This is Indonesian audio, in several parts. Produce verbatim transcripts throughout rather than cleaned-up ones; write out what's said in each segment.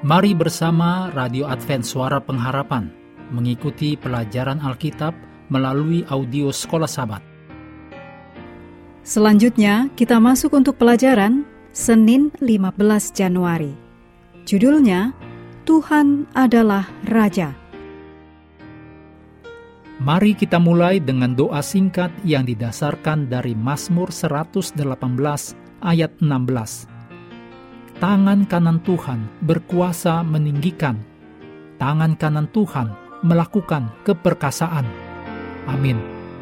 Mari bersama Radio Advent Suara Pengharapan mengikuti pelajaran Alkitab melalui audio Sekolah Sabat. Selanjutnya kita masuk untuk pelajaran Senin lima belas Januari. Judulnya, Tuhan adalah Raja. Mari kita mulai dengan doa singkat yang didasarkan dari Mazmur seratus delapan belas ayat enam belas. Tangan kanan Tuhan berkuasa meninggikan, tangan kanan Tuhan melakukan keperkasaan. Amin.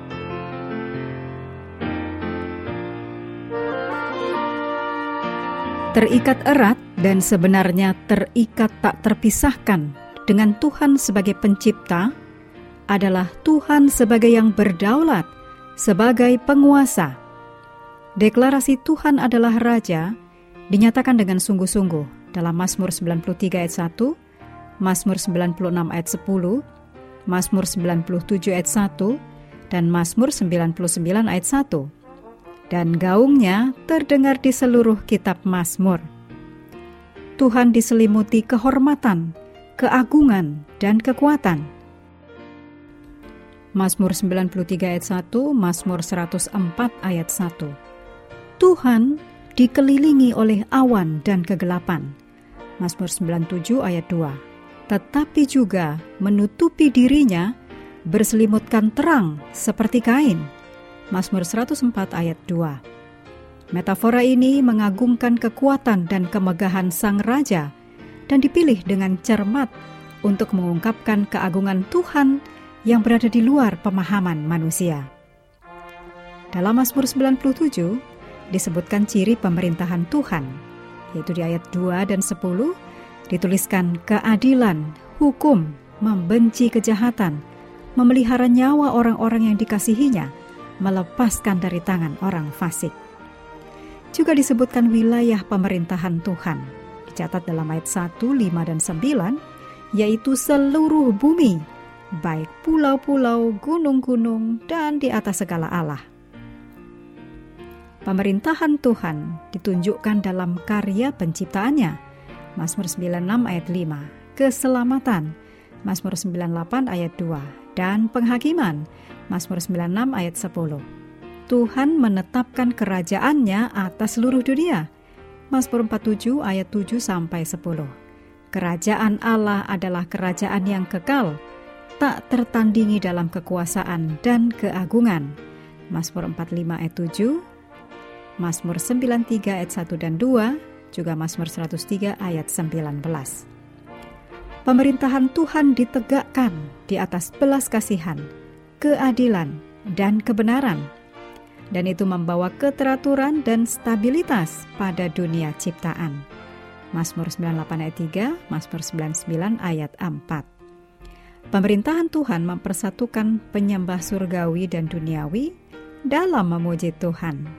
Terikat erat dan sebenarnya terikat tak terpisahkan dengan Tuhan sebagai pencipta adalah Tuhan sebagai yang berdaulat, sebagai penguasa. Deklarasi Tuhan adalah Raja dinyatakan dengan sungguh-sungguh dalam Mazmur sembilan puluh tiga ayat satu, Mazmur sembilan puluh enam ayat sepuluh, Mazmur sembilan puluh tujuh ayat satu, dan Mazmur sembilan puluh sembilan ayat satu. Dan gaungnya terdengar di seluruh kitab Mazmur. Tuhan diselimuti kehormatan, keagungan, dan kekuatan. Mazmur sembilan puluh tiga ayat satu, Mazmur seratus empat ayat satu. Tuhan dikelilingi oleh awan dan kegelapan. Mazmur sembilan puluh tujuh ayat dua. Tetapi juga menutupi dirinya, berselimutkan terang seperti kain. Mazmur seratus empat ayat dua. Metafora ini mengagungkan kekuatan dan kemegahan Sang Raja dan dipilih dengan cermat untuk mengungkapkan keagungan Tuhan yang berada di luar pemahaman manusia. Dalam Mazmur sembilan puluh tujuh disebutkan ciri pemerintahan Tuhan, yaitu di ayat dua dan sepuluh dituliskan keadilan, hukum, membenci kejahatan, memelihara nyawa orang-orang yang dikasihinya, melepaskan dari tangan orang fasik. Juga disebutkan wilayah pemerintahan Tuhan, dicatat dalam ayat satu, lima, dan sembilan, yaitu seluruh bumi, baik pulau-pulau, gunung-gunung, dan di atas segala Allah. Pemerintahan Tuhan ditunjukkan dalam karya penciptaannya. Mazmur sembilan puluh enam ayat lima, keselamatan, Mazmur sembilan puluh delapan ayat dua, dan penghakiman, Mazmur sembilan puluh enam ayat sepuluh. Tuhan menetapkan kerajaannya atas seluruh dunia. Mazmur empat puluh tujuh ayat tujuh sampai sepuluh. Kerajaan Allah adalah kerajaan yang kekal, tak tertandingi dalam kekuasaan dan keagungan. Mazmur empat puluh lima ayat tujuh, Mazmur sembilan puluh tiga ayat satu dan dua, juga Mazmur seratus tiga ayat sembilan belas. Pemerintahan Tuhan ditegakkan di atas belas kasihan, keadilan, dan kebenaran. Dan itu membawa keteraturan dan stabilitas pada dunia ciptaan. Mazmur sembilan puluh delapan ayat tiga, Mazmur sembilan puluh sembilan ayat empat. Pemerintahan Tuhan mempersatukan penyembah surgawi dan duniawi dalam memuji Tuhan.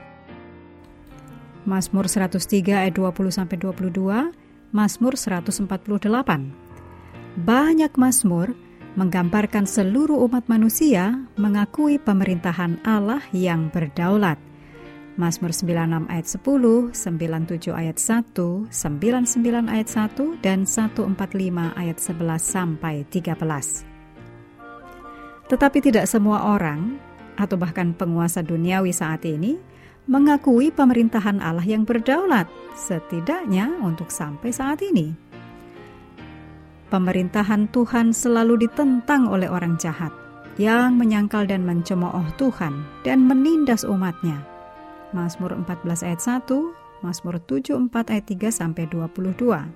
Mazmur seratus tiga ayat dua puluh sampai dua puluh dua, Mazmur seratus empat puluh delapan. Banyak mazmur menggambarkan seluruh umat manusia mengakui pemerintahan Allah yang berdaulat. Mazmur sembilan puluh enam ayat sepuluh, sembilan puluh tujuh ayat satu, sembilan puluh sembilan ayat satu, dan seratus empat puluh lima ayat sebelas sampai tiga belas. Tetapi tidak semua orang, atau bahkan penguasa duniawi saat ini, mengakui pemerintahan Allah yang berdaulat, setidaknya untuk sampai saat ini. Pemerintahan Tuhan selalu ditentang oleh orang jahat yang menyangkal dan mencemooh Tuhan dan menindas umatnya. Mazmur empat belas ayat satu, Mazmur tujuh puluh empat ayat tiga sampai dua puluh dua.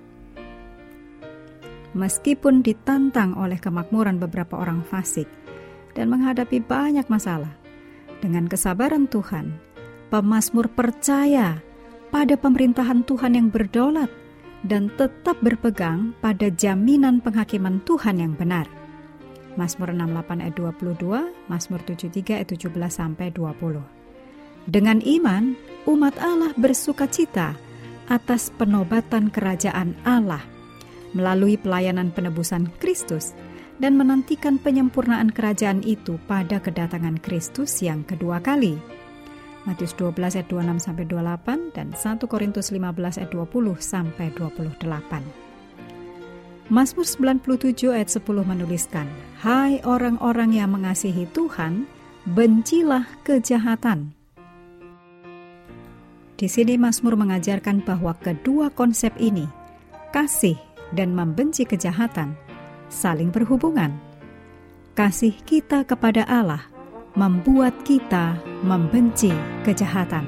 Meskipun ditantang oleh kemakmuran beberapa orang fasik dan menghadapi banyak masalah, dengan kesabaran Tuhan, pemazmur percaya pada pemerintahan Tuhan yang berdaulat dan tetap berpegang pada jaminan penghakiman Tuhan yang benar. Mazmur enam puluh delapan ayat dua puluh dua, Mazmur tujuh puluh tiga ayat tujuh belas sampai dua puluh. Dengan iman, umat Allah bersukacita atas penobatan kerajaan Allah melalui pelayanan penebusan Kristus dan menantikan penyempurnaan kerajaan itu pada kedatangan Kristus yang kedua kali. Matius dua belas ayat dua puluh enam sampai dua puluh delapan dan satu Korintus lima belas ayat dua puluh sampai dua puluh delapan. Mazmur sembilan puluh tujuh ayat sepuluh menuliskan, "Hai orang-orang yang mengasihi Tuhan, bencilah kejahatan." Di sini Mazmur mengajarkan bahwa kedua konsep ini, kasih dan membenci kejahatan, saling berhubungan. Kasih kita kepada Allah membuat kita membenci kejahatan.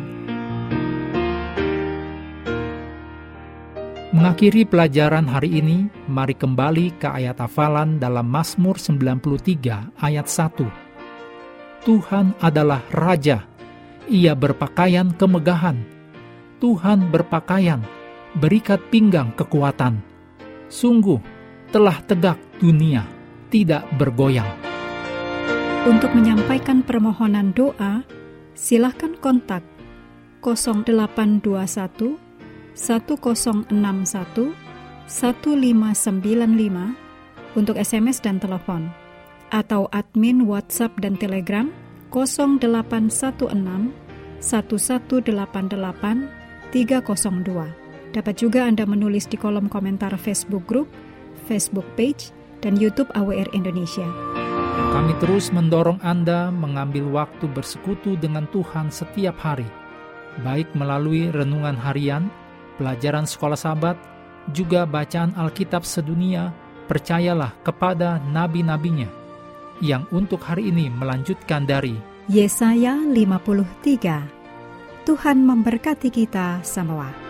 Mengakhiri pelajaran hari ini, mari kembali ke ayat hafalan dalam Mazmur sembilan puluh tiga ayat satu. Tuhan adalah Raja, Ia berpakaian kemegahan. Tuhan berpakaian, berikat pinggang kekuatan. Sungguh, telah tegak dunia, tidak bergoyang. Untuk menyampaikan permohonan doa, silakan kontak nol delapan dua satu satu nol enam satu satu lima sembilan lima untuk S M S dan telepon, atau admin WhatsApp dan Telegram nol delapan satu enam satu satu delapan delapan tiga nol dua. Dapat juga Anda menulis di kolom komentar Facebook Group, Facebook Page, dan YouTube A W R Indonesia. Kami terus mendorong Anda mengambil waktu bersekutu dengan Tuhan setiap hari, baik melalui renungan harian, pelajaran sekolah Sabat, juga bacaan Alkitab sedunia. Percayalah kepada nabi-nabinya, yang untuk hari ini melanjutkan dari Yesaya lima puluh tiga. Tuhan memberkati kita semua.